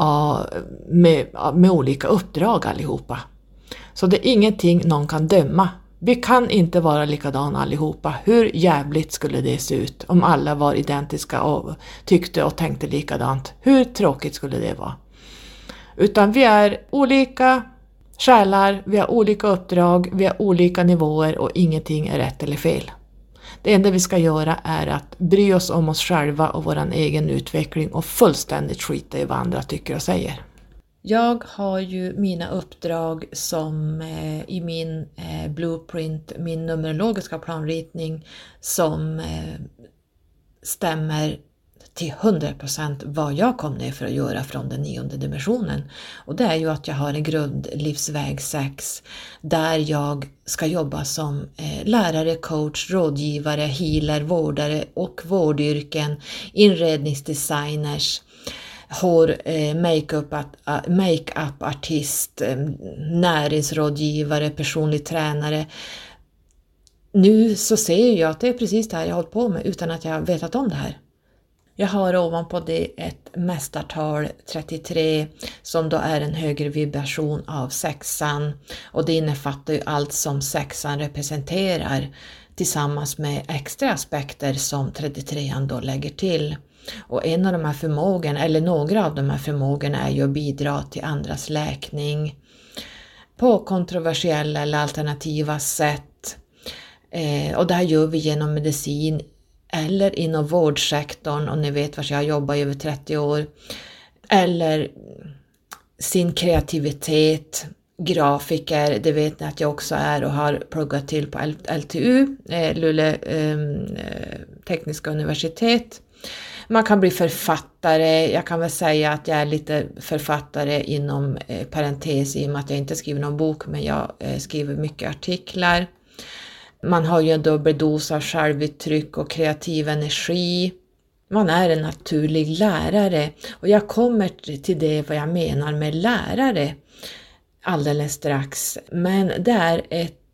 S1: med olika uppdrag allihopa. Så det är ingenting någon kan döma. Vi kan inte vara likadana allihopa. Hur jävligt skulle det se ut om alla var identiska och tyckte och tänkte likadant? Hur tråkigt skulle det vara? Utan vi är olika själar, vi har olika uppdrag, vi har olika nivåer, och ingenting är rätt eller fel. Det enda vi ska göra är att bry oss om oss själva och vår egen utveckling, och fullständigt skita i vad andra tycker och säger. Jag har ju mina uppdrag som i min blueprint, min numerologiska planritning, som stämmer till 100% vad jag kom ner för att göra från den 9:e dimensionen. Och det är ju att jag har en grundlivsväg 6 där jag ska jobba som lärare, coach, rådgivare, healer, vårdare och vårdyrken, inredningsdesigners, makeup-artist, näringsrådgivare, personlig tränare. Nu så ser jag att det är precis det här jag har hållit på med utan att jag har vetat om det här. Jag har ovanpå det ett mästartal 33 som då är en högre vibration av sexan, och det innefattar ju allt som sexan representerar tillsammans med extra aspekter som 33an då lägger till. Och en av de här förmågorna, eller några av de här förmågorna, är ju att bidra till andras läkning på kontroversiella eller alternativa sätt. Och det här gör vi genom medicin eller inom vårdsektorn, och ni vet var jag jobbar i över 30 år, eller sin kreativitet, grafiker, det vet ni att jag också är och har pluggat till på LTU, Luleå tekniska universitet. Man kan bli författare, jag kan väl säga att jag är lite författare inom parentes i och med att jag inte skriver någon bok, men jag skriver mycket artiklar. Man har ju en dubbel dos av självuttryck och kreativ energi. Man är en naturlig lärare, och jag kommer till det vad jag menar med lärare alldeles strax. Men det är ett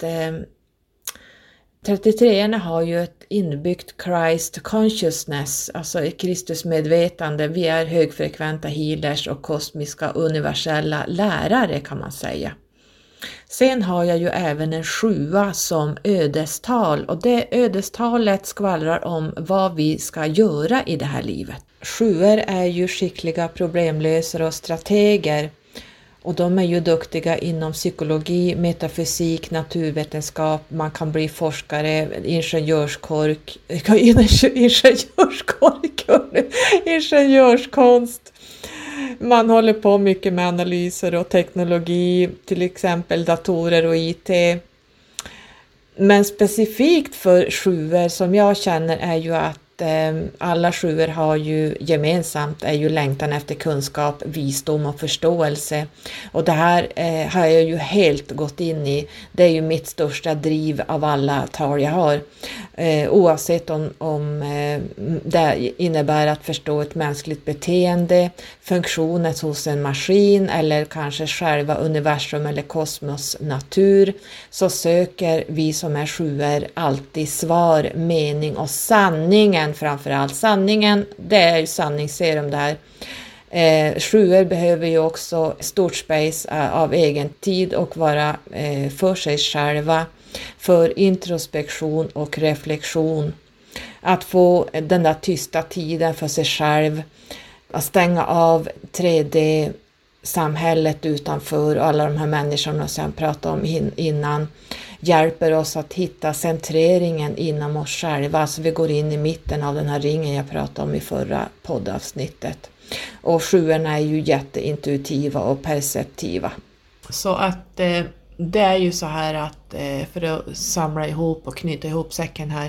S1: 33-arna har ju ett inbyggt Christ consciousness, alltså ett Kristusmedvetande. Vi är högfrekventa healers och kosmiska universella lärare kan man säga. Sen har jag ju även en 7 som ödestal, och det ödestalet skvallrar om vad vi ska göra i det här livet. 7 är ju skickliga problemlösare och strateger, och de är ju duktiga inom psykologi, metafysik, naturvetenskap. Man kan bli forskare, ingenjörskonst. Man håller på mycket med analyser och teknologi, till exempel datorer och IT. Men specifikt för 7 som jag känner är ju att alla 7 har ju gemensamt är ju längtan efter kunskap, visdom och förståelse. Och det här har jag ju helt gått in i. Det är ju mitt största driv av alla tal jag har. Oavsett om det innebär att förstå ett mänskligt beteende, funktionen hos en maskin eller kanske själva universum eller kosmos natur, så söker vi som är 7 alltid svar, mening och sanningen. Framförallt sanningen, det är ju sanningsserum det här. 7 behöver ju också stort space av egen tid och vara för sig själva, för introspektion och reflektion. Att få den där tysta tiden för sig själv, att stänga av 3D-samhället utanför och alla de här människorna som jag pratade om innan, hjälper oss att hitta centreringen inom oss själva. Så vi går in i mitten av den här ringen jag pratade om i förra poddavsnittet. Och 7 är ju jätteintuitiva och perceptiva. Så att det är ju så här att för att samla ihop och knyta ihop säcken här.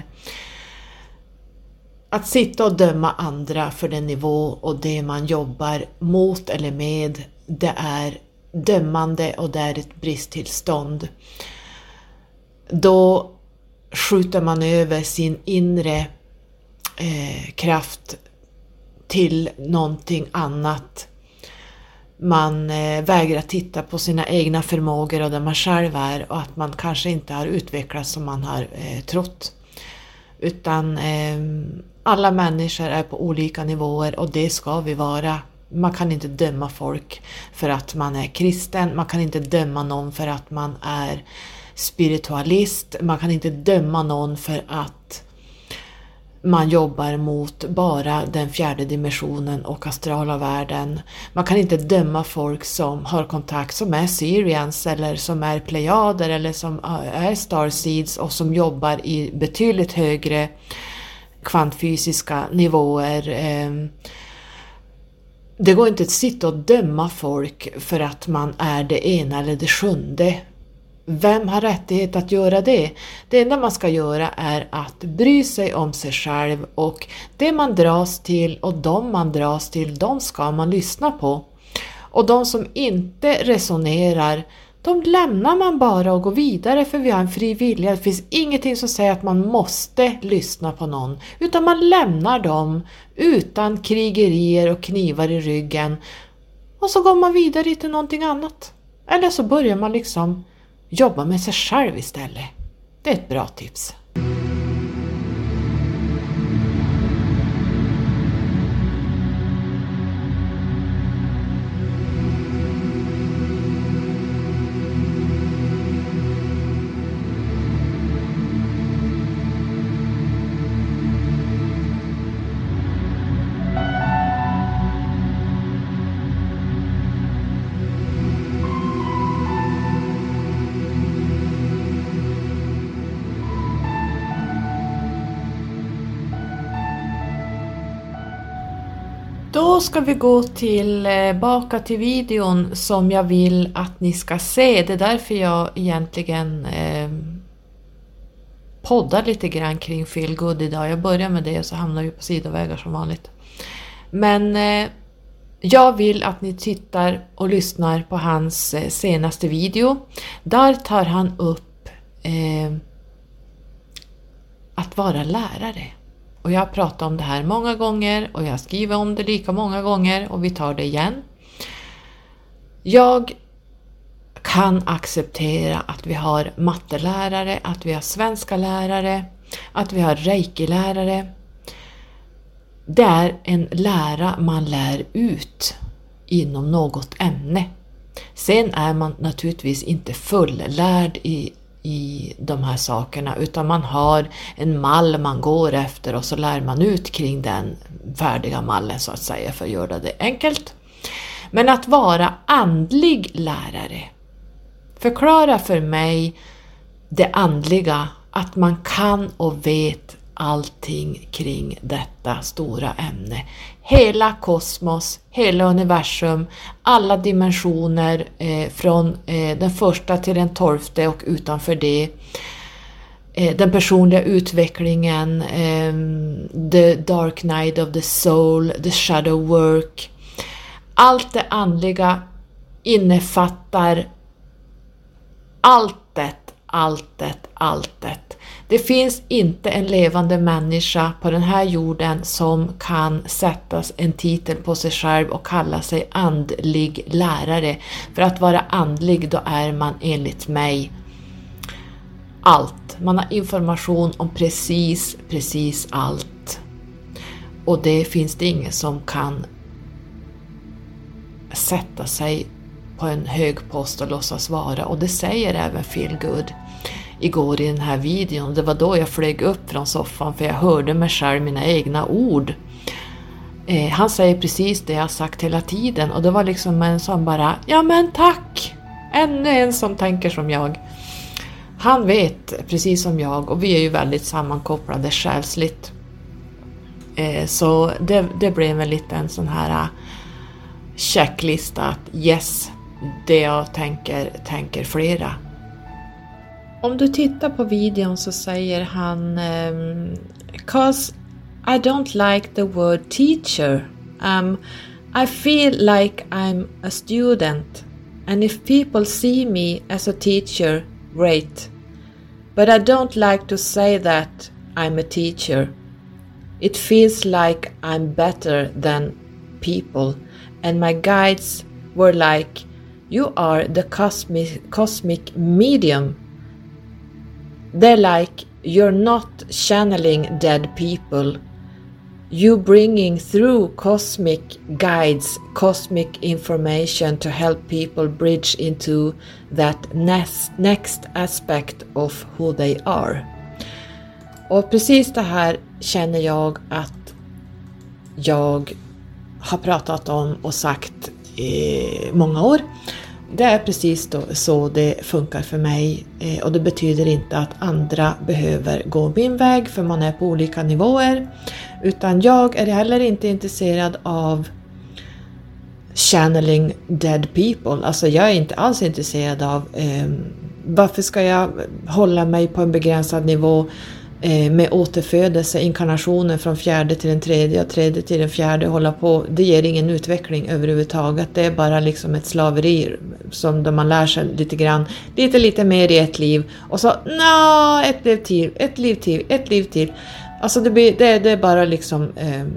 S1: Att sitta och döma andra för den nivå och det man jobbar mot eller med, det är dömande och det är ett bristtillstånd. Då skjuter man över sin inre kraft till någonting annat. Man vägrar titta på sina egna förmågor och där man själv är, och att man kanske inte har utvecklats som man har trott. Utan alla människor är på olika nivåer och det ska vi vara. Man kan inte döma folk för att man är kristen. Man kan inte döma någon för att man är spiritualist. Man kan inte döma någon för att man jobbar mot bara den 4:e dimensionen och astrala världen. Man kan inte döma folk som har kontakt, som är Sirians eller som är Plejader eller som är Starseeds och som jobbar i betydligt högre kvantfysiska nivåer. Det går inte att sitta och döma folk för att man är det ena eller det 7:e. Vem har rättighet att göra det? Det enda man ska göra är att bry sig om sig själv, och det man dras till och de man dras till, de ska man lyssna på. Och de som inte resonerar, de lämnar man bara och går vidare, för vi har en fri vilja. Det finns ingenting som säger att man måste lyssna på någon, utan man lämnar dem utan krigerier och knivar i ryggen, och så går man vidare till någonting annat. Eller så börjar man liksom jobba med sig själv istället. Det är ett bra tips. Då ska vi gå tillbaka till videon som jag vill att ni ska se. Det är därför jag egentligen poddar lite grann kring Feel Good idag. Jag börjar med det, så hamnar vi på sidovägar som vanligt. Men jag vill att ni tittar och lyssnar på hans senaste video. Där tar han upp att vara lärare. Och jag har pratat om det här många gånger och jag skriver om det lika många gånger, och vi tar det igen. Jag kan acceptera att vi har mattelärare, att vi har svenska lärare, att vi har reiki-lärare. Det är en lära man lär ut inom något ämne. Sen är man naturligtvis inte fullärd i de här sakerna, utan man har en mall man går efter och så lär man ut kring den färdiga mallen, så att säga, för att göra det enkelt. Men att vara andlig lärare, förklara för mig det andliga, att man kan och vet allting kring detta stora ämne. Hela kosmos, hela universum, alla dimensioner från den första till den 12:e och utanför det. Den personliga utvecklingen, the dark night of the soul, the shadow work. Allt det andliga innefattar allt det. Det finns inte en levande människa på den här jorden som kan sättas en titel på sig själv och kalla sig andlig lärare. För att vara andlig, då är man enligt mig allt. Man har information om precis allt. Och det finns det ingen som kan sätta sig på en hög post och låtsas vara. Och det säger även Feel Good igår i den här videon. Det var då jag flög upp från soffan, för jag hörde mig själv, mina egna ord. Han säger precis det jag har sagt hela tiden, och det var liksom en som bara, ja men tack, ännu en som tänker som jag. Han vet precis som jag, och vi är ju väldigt sammankopplade själsligt. Så det blev en liten sån här checklista att yes, det jag tänker flera. Om du tittar på videon så säger han "'Cause I don't like the word teacher. I feel like I'm a student, and if people see me as a teacher, great. But I don't like to say that I'm a teacher. It feels like I'm better than people, and my guides were like, you are the cosmic medium. They're like, you're not channeling dead people. You bringing through cosmic guides, cosmic information to help people bridge into that next aspect of who they are." Och precis det här känner jag att jag har pratat om och sagt i många år. Det är precis så det funkar för mig, och det betyder inte att andra behöver gå min väg, för man är på olika nivåer, utan jag är heller inte intresserad av channeling dead people. Alltså jag är inte alls intresserad av varför ska jag hålla mig på en begränsad nivå med återfödelse, inkarnationer från fjärde till den tredje och tredje till den fjärde hålla på. Det ger ingen utveckling överhuvudtaget. Det är bara liksom ett slaveri som där man lär sig lite grann, lite mer i ett liv. Och så, ett liv till. Alltså det är bara liksom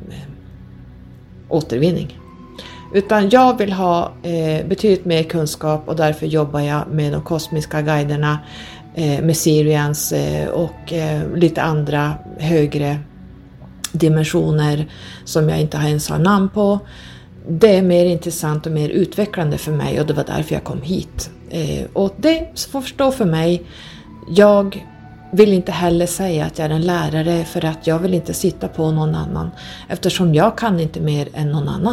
S1: återvinning. Utan jag vill ha betydligt mer kunskap och därför jobbar jag med de kosmiska guiderna, med Sirians och lite andra högre dimensioner som jag inte ens har namn på. Det är mer intressant och mer utvecklande för mig och det var därför jag kom hit. Och det får förstå för mig. Jag vill inte heller säga att jag är en lärare för att jag vill inte sitta på någon annan eftersom jag kan inte mer än någon annan.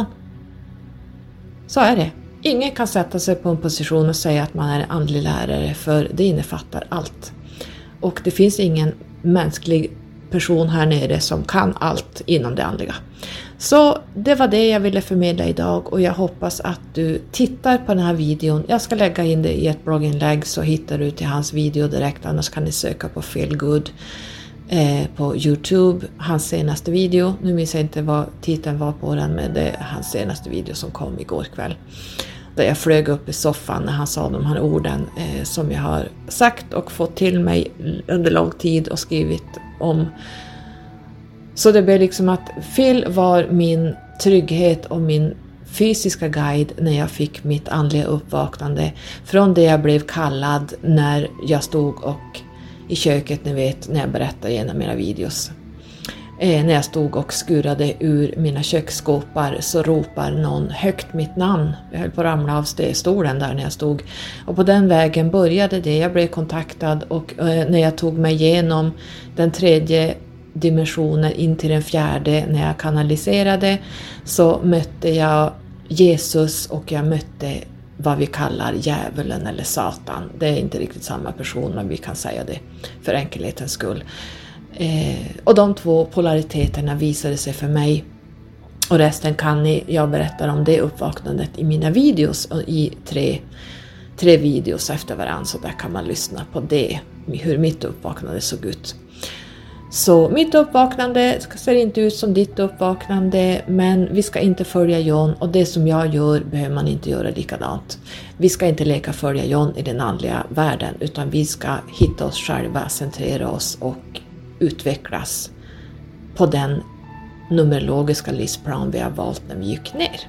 S1: Så är det. Ingen kan sätta sig på en position och säga att man är en andlig lärare för det innefattar allt. Och det finns ingen mänsklig person här nere som kan allt inom det andliga. Så det var det jag ville förmedla idag och jag hoppas att du tittar på den här videon. Jag ska lägga in det i ett blogginlägg så hittar du till hans video direkt, annars kan ni söka på Feel Good på YouTube, hans senaste video. Nu minns jag inte vad titeln var på den, men det är hans senaste video som kom igår kväll. Där jag flög upp i soffan när han sa de här orden som jag har sagt och fått till mig under lång tid och skrivit om. Så det blev liksom att Phil var min trygghet och min fysiska guide när jag fick mitt andliga uppvaknande. Från det jag blev kallad när jag stod och i köket, ni vet, när jag berättar i en av mina videos. När jag stod och skurade ur mina köksskåpar så ropar någon högt mitt namn. Jag höll på att ramla av stolen där när jag stod. Och på den vägen började det. Jag blev kontaktad och när jag tog mig igenom den tredje dimensionen in till den fjärde, när jag kanaliserade, så mötte jag Jesus och jag mötte vad vi kallar djävulen eller Satan. Det är inte riktigt samma person, men vi kan säga det för enkelhetens skull. Och de två polariteterna visade sig för mig. Och resten jag berättar om det uppvaknandet i mina videos i tre videos efter varandra. Så där kan man lyssna på det, hur mitt uppvaknande såg ut. Så mitt uppvaknande ser inte ut som ditt uppvaknande, men vi ska inte följa John och det som jag gör behöver man inte göra likadant. Vi ska inte leka följa John i den andliga världen utan vi ska hitta oss själva, centrera oss och utvecklas på den numerologiska livsplan vi har valt när vi gick ner.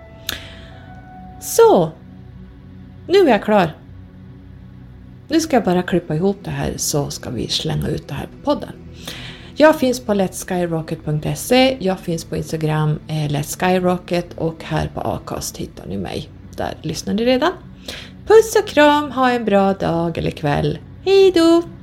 S1: Så, nu är jag klar. Nu ska jag bara klippa ihop det här så ska vi slänga ut det här på podden. Jag finns på letskyrocket.se, jag finns på Instagram letskyrocket och här på Acast hittar ni mig. Där lyssnar ni redan. Puss och kram, ha en bra dag eller kväll. Hej då!